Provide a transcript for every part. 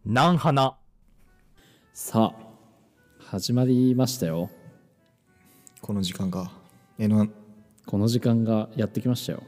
なんはな。 さあ始まりましたよ。 この時間がこの時間がやってきましたよ。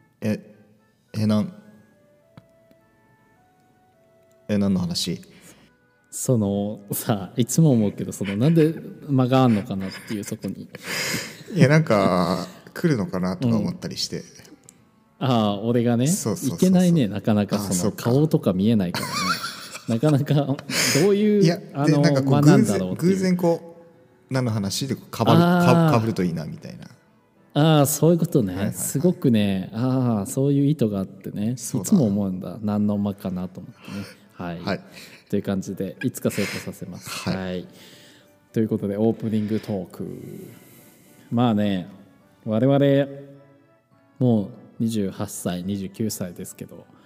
何の話？ そのさいつも思うけどなんで間があんのかなっていうそこにいやなんか来るのかなとか思ったりして、 俺がねそういけないね、なかなかそうか顔とか見えないからねなかなかどういういやでなんかこう間なんだろうっていう偶然こう何の話でかぶるといいなみたいな。 そういうことね、 はいはいはいすごくねそういう意図があってねいそうだつも思うんだ何の間かなと思ってねはいという感じでいつか成功させますはいということでオープニングトーク、まあね我々もう28歳29歳ですけど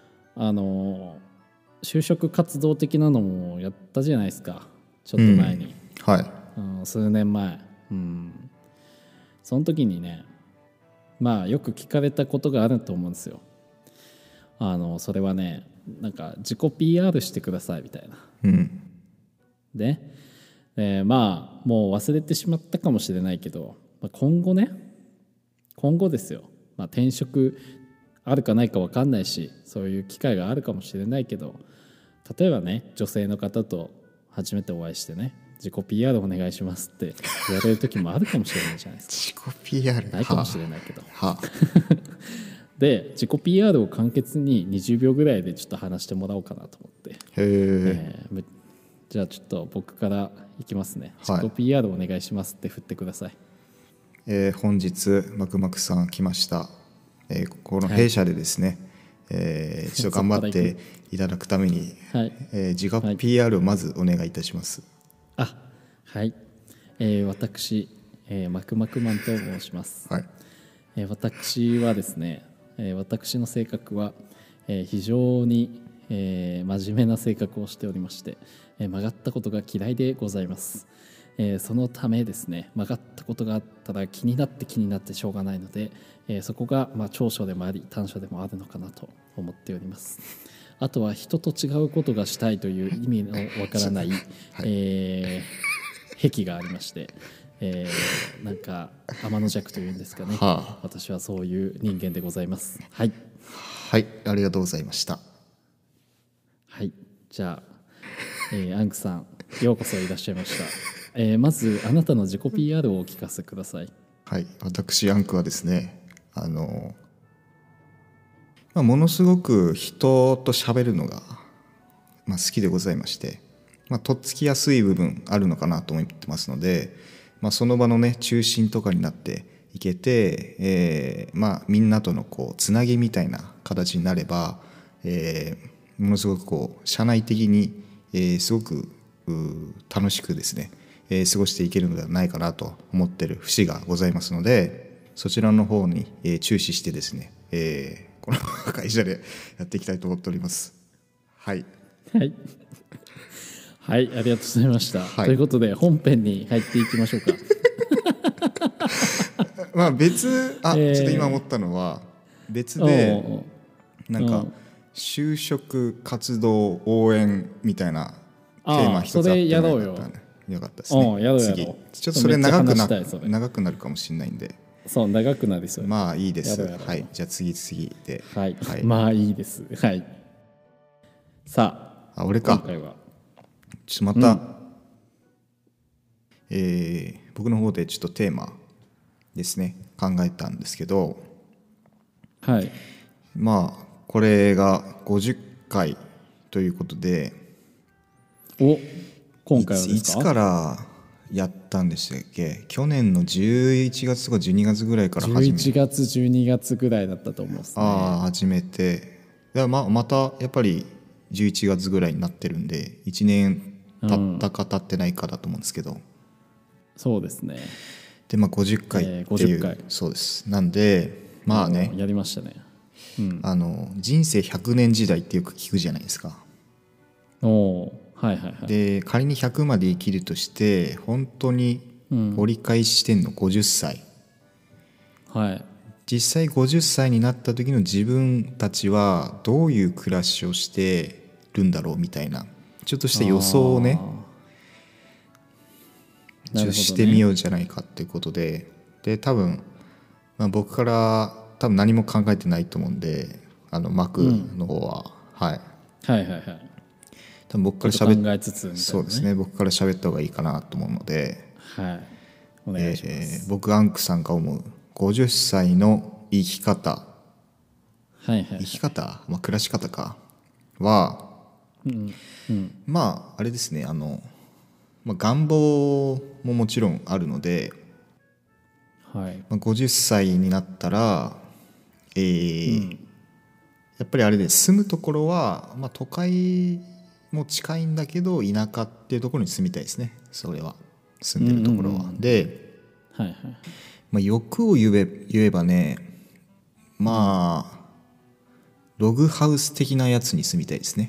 就職活動的なのもやったじゃないですか、ちょっと前に、 はい数年前、その時にねまあよく聞かれたことがあると思うんですよ。それはねなんか自己 PR してくださいみたいな。で、まあもう忘れてしまったかもしれないけど、今後ですよ、転職あるかないか分かんないしそういう機会があるかもしれないけど、例えばね女性の方と初めてお会いしてね自己 PR お願いしますって言われる時もあるかもしれないじゃないですか。 自己 PR ないかもしれないけど、 はで自己 PR を簡潔に20秒ぐらいでちょっと話してもらおうかなと思って、 へえ、 じゃあちょっと僕からいきますね。 はい自己 PR お願いしますって振ってください。 本日マクマクさん来ました。この弊社でですね、ちょっと頑張っていただくために、 はい自己 PR をまずお願いいたします。 はい、私、マクマクマンと申します。 はい私はですね、私の性格は、非常に、真面目な性格をしておりまして、曲がったことが嫌いでございます。そのためですね曲がったことがあったら気になってしょうがないので、そこが長所でもあり短所でもあるのかなと思っております。あとは人と違うことがしたいという意味のわからない、癖がありまして、なんか天の弱というんですかね、私はそういう人間でございます。はい、 ありがとうございました。 じゃあ、アンクさんようこそいらっしゃいました。まずあなたの自己 PR をお聞かせください。 私アンクはですねものすごく人と喋るのが、好きでございまして、とっつきやすい部分あるのかなと思ってますので、その場のね中心とかになっていけて、みんなとのこうつなぎみたいな形になれば、ものすごくこう社内的に、すごく楽しくですね、過ごしていけるのではないかなと思っている節がございますので、そちらの方に、注視してですね、この会社でやっていきたいと思っております。はい、 ありがとうございました。ということで本編に入っていきましょうか。 ちょっと今思ったのは別でなんか就職活動応援みたいなテーマ一つあってそれやろうよ。 よかったですね。 やろう次ちょっとそれ長くなるかもしれないんで、 そう長くなりそう。 いいです。じゃあ次でいいです。さあ俺か。 今回はちょっとまた、僕の方でちょっとテーマですね考えたんですけど、これが50回ということで、 今回はですか？ いつからやったんでしたっけ？去年の11月とか12月ぐらいから 11月12月ぐらいだったと思うんですね。 始めて、またやっぱり11月ぐらいになってるんで1年経ったか経ってないかだと思うんですけど、 そうですね。 で50回っていう、 50回そうです。なんでやりましたね。 人生100年時代ってよく聞くじゃないですか。で仮に100まで生きるとして本当に折り返ししてんの50歳、実際50歳になった時の自分たちはどういう暮らしをしてるんだろうみたいなちょっとした予想をねなるほどねしてみようじゃないかっていうことで、で多分、僕から多分何も考えてないと思うんで、幕の方は、はいはいはいはい。 多分僕からちょっと喋考えつつみたいなね。 そうですね、僕から喋った方がいいかなと思うので、 はい。お願いします。 僕アンクさんが思う50歳の生き方、 はいはいはい。 生き方、暮らし方かは、あれですね、願望ももちろんあるので、 はい。 50歳になったら、やっぱりあれで住むところは、都会も近いんだけど田舎っていうところに住みたいですね。それは住んでるところは、で、 はいはい。 欲を言えばね、ログハウス的なやつに住みたいですね。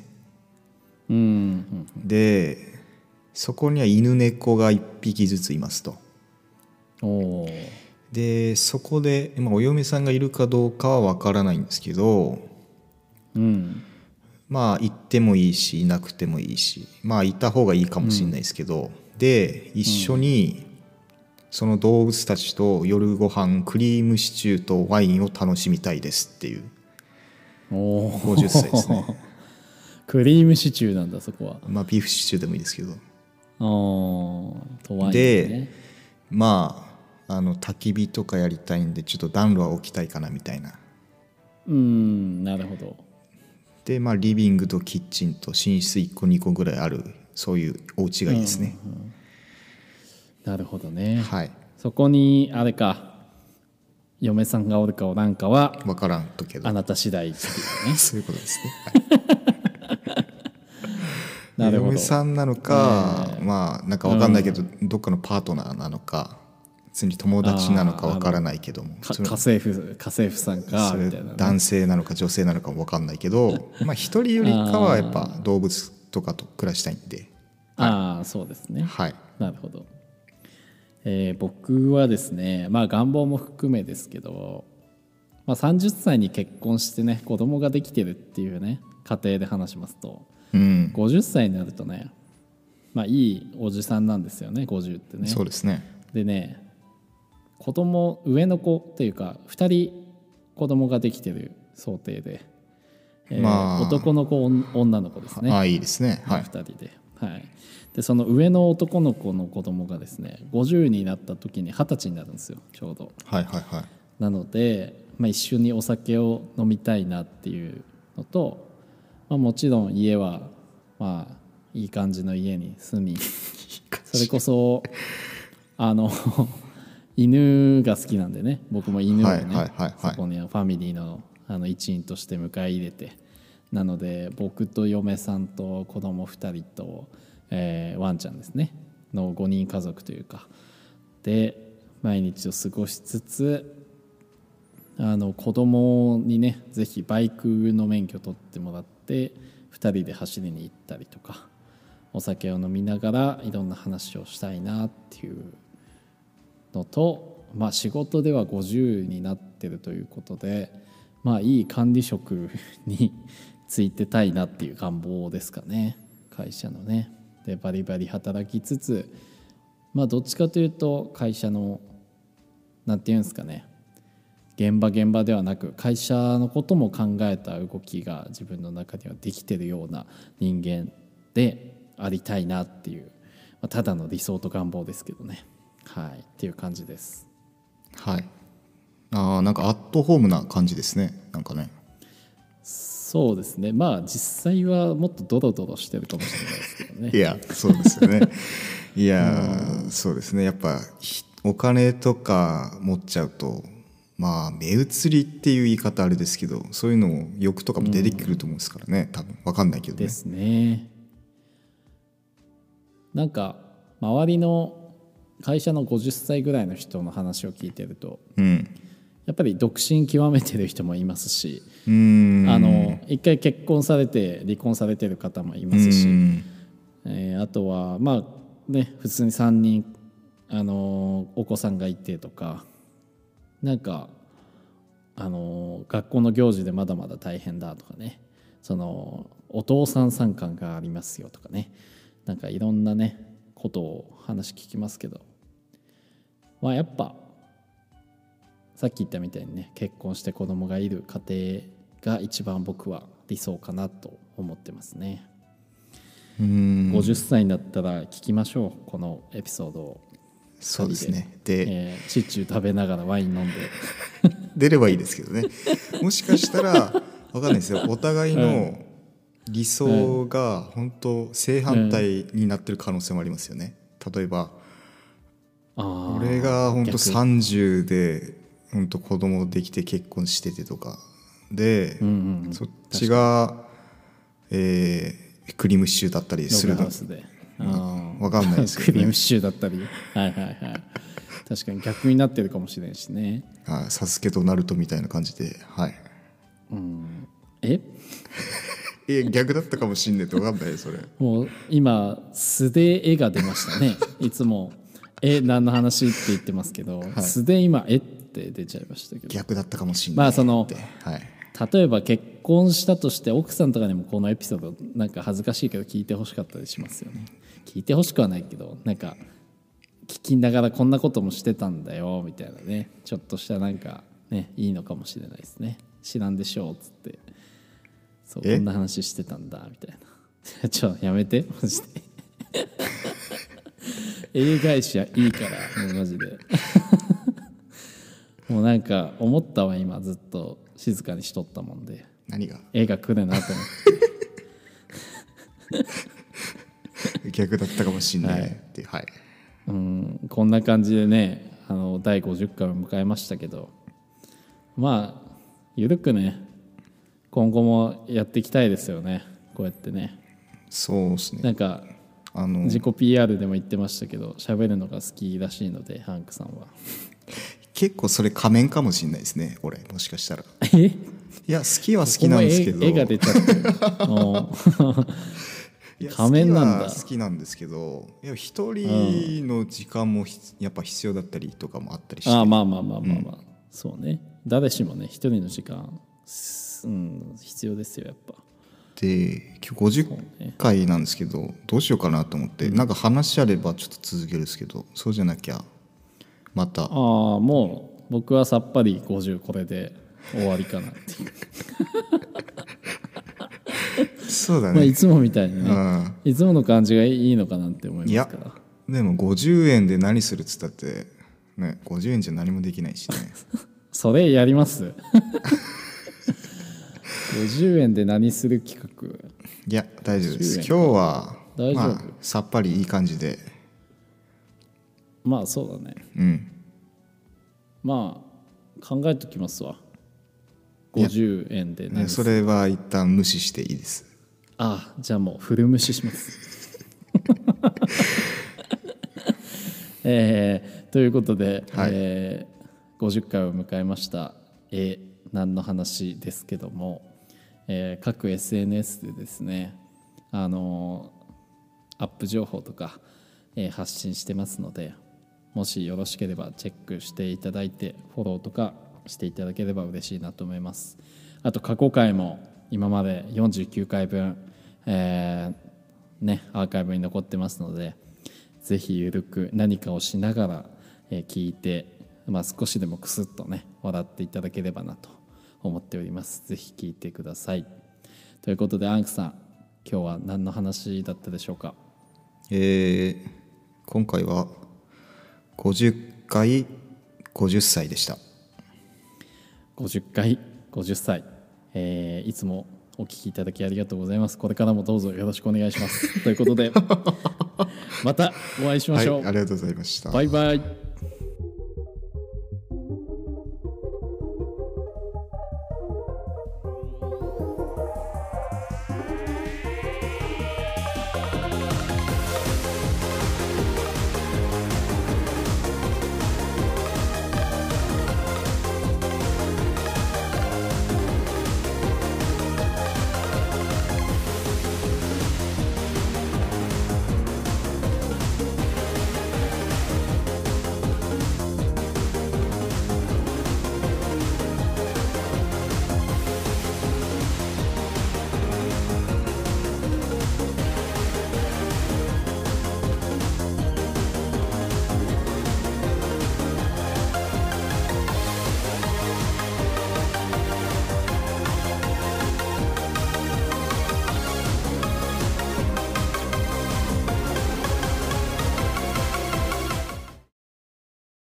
でそこには犬猫が1匹ずついますと。 おお。 でそこで、お嫁さんがいるかどうかは分からないんですけど、行ってもいいしいなくてもいいし、いた方がいいかもしれないですけど、で一緒にその動物たちと夜ご飯クリームシチューとワインを楽しみたいですっていうおお。 50歳ですね。 クリームシチューなんだそこは。 ビーフシチューでもいいですけど、 とはいえでね。 焚き火とかやりたいんでちょっと暖炉は置きたいかなみたいな。 なるほど。 でリビングとキッチンと寝室1個2個ぐらいある、そういうお家がいいですね。 なるほどね。 はい。 そこにあれか、嫁さんがおるかおらんかは分からんとけどあなた次第っていうね。 そういうことですね。 なるほど。 嫁さんなのか、なんか分かんないけど、どっかのパートナーなのか、別に友達なのか分からないけども、 家政婦さんかみたいな、ね、 男性なのか女性なのかも分かんないけど、一人よりかはやっぱ動物とかと暮らしたいんで、 そうですね。 はい。 なるほど。僕はですね、願望も含めですけど、30歳に結婚してね子供ができてるっていうね家庭で話しますと、50歳になるとね、いいおじさんなんですよね50ってね。 そうですね。 でね、子供上の子っていうか2人子供ができてる想定で、男の子女の子ですね。 いいですね。はい。 2人で、はい。でその上の男の子の子供がですね50になった時に20歳になるんですよちょうど。 はいはいはい。 なので、一緒にお酒を飲みたいなっていうのと、もちろん家は、いい感じの家に住みそれこそ犬が好きなんでね、僕も犬をね、そこにはファミリーの一員として迎え入れて、なので僕と嫁さんと子供2人と、ワンちゃんですねの5人家族というかで毎日を過ごしつつ、子供にねぜひバイクの免許取ってもらって2人で走りに行ったりとかお酒を飲みながらいろんな話をしたいなっていうのと、仕事では50になってるということで、いい管理職についてたいなっていう願望ですかね、会社のね。でバリバリ働きつつ、どっちかというと会社のなんていうんですかね、現場ではなく会社のことも考えた動きが自分の中にはできてるような人間でありたいなっていう、ただの理想と願望ですけどね、はいっていう感じです。 はい。なんかアットホームな感じですね。なんかね。 そうですね。実際はもっとドロドロしてるかもしれないですけどね。 いやそうですよね。いやそうですね。やっぱお金とか持っちゃうと、目移りっていう言い方あれですけど、そういうのも欲とかも出てくると思うんですからね、多分分かんないけどね。 ですね。なんか周りの会社の50歳ぐらいの人の話を聞いてると、やっぱり独身極めてる人もいますし、一回結婚されて離婚されてる方もいますし、あとは普通に3人お子さんがいてとか、なんか学校の行事でまだまだ大変だとかね、そのお父さん参観がありますよとかね、なんかいろんなねことを話聞きますけど、まあやっぱさっき言ったみたいにね、結婚して子供がいる家庭が一番僕は理想かなと思ってますね。50歳になったら聞きましょう、このエピソードを。 そうですね。で、 チッチュ食べながらワイン飲んで出ればいいですけどね。もしかしたら分かんないですよ、お互いの理想が本当正反対になってる可能性もありますよね。例えば俺が本当30で本当子供できて結婚しててとかで、そっちが、クリームシチューだったりするの分かんないですけどね。 クリームシチューだったり、はいはいはい、確かに逆になってるかもしれんしね。 サスケとナルトみたいな感じで、はい。逆だったかもしんねえって分かんないそれ。 もう今素で絵が出ましたね。いつも何の話って言ってますけど、素で今って出ちゃいましたけど、 逆だったかもしんない。 まあその、 はい、 例えば結婚したとして奥さんとかにもこのエピソードなんか恥ずかしいけど聞いてほしかったりしますよね。聞いてほしくはないけど、なんか聞きながらこんなこともしてたんだよみたいなね、ちょっとしたなんかねいいのかもしれないですね。知らんでしょうっつって、そうこんな話してたんだみたいなちょっとやめてマジで映返しはいいからもうマジでもうなんか思ったわ、今ずっと静かにしとったもんで、 何が絵が来るなと思って逆だったかもしんないってはい、 こんな感じでね第50回を迎えましたけど、まあゆるくね今後もやっていきたいですよね。こうやってね、 そうですね。 なんか自己 PR でも言ってましたけど喋るのが好きらしいので、ハンクさんは結構それ仮面かもしれないですね、俺もしかしたら。 いや好きは好きなんですけど、 絵が出ちゃってる仮面なんだ。 好きなんですけど、いや一人の時間もやっぱ必要だったりとかもあったりして、 まあ、そうね、誰しもね一人の時間、必要ですよやっぱ。 で今日50回なんですけど、どうしようかなと思って、なんか話あればちょっと続けるんですけど、そうじゃなきゃまたもう僕はさっぱり50これで終わりかなっていうそうだね、 いつもみたいにね、いつもの感じがいいのかなって思いますから。 いやでも50円で何するっつったってね、50円じゃ何もできないしねそれやります50円で何する企画。 いや大丈夫です。今日は大丈夫、 さっぱりいい感じで、 まあそうだね、まあ考えときますわ。50円で何する。 それは一旦無視していいです。 じゃあもうフル無視しますということで、50回を迎えました。何の話ですけども、各 SNS でですねアップ情報とか、発信してますので、もしよろしければチェックしていただいてフォローとかしていただければ嬉しいなと思います。あと過去回も今まで49回分、アーカイブに残ってますので、ぜひゆるく何かをしながら、聞いて、少しでもクスッとね笑っていただければなと思っております。ぜひ聞いてください。ということでアンクさん、今日は何の話だったでしょうか。 今回は50回50歳でした。 50回50歳、いつもお聞きいただきありがとうございます。これからもどうぞよろしくお願いしますということでまたお会いしましょう、 ありがとうございました。 バイバイ。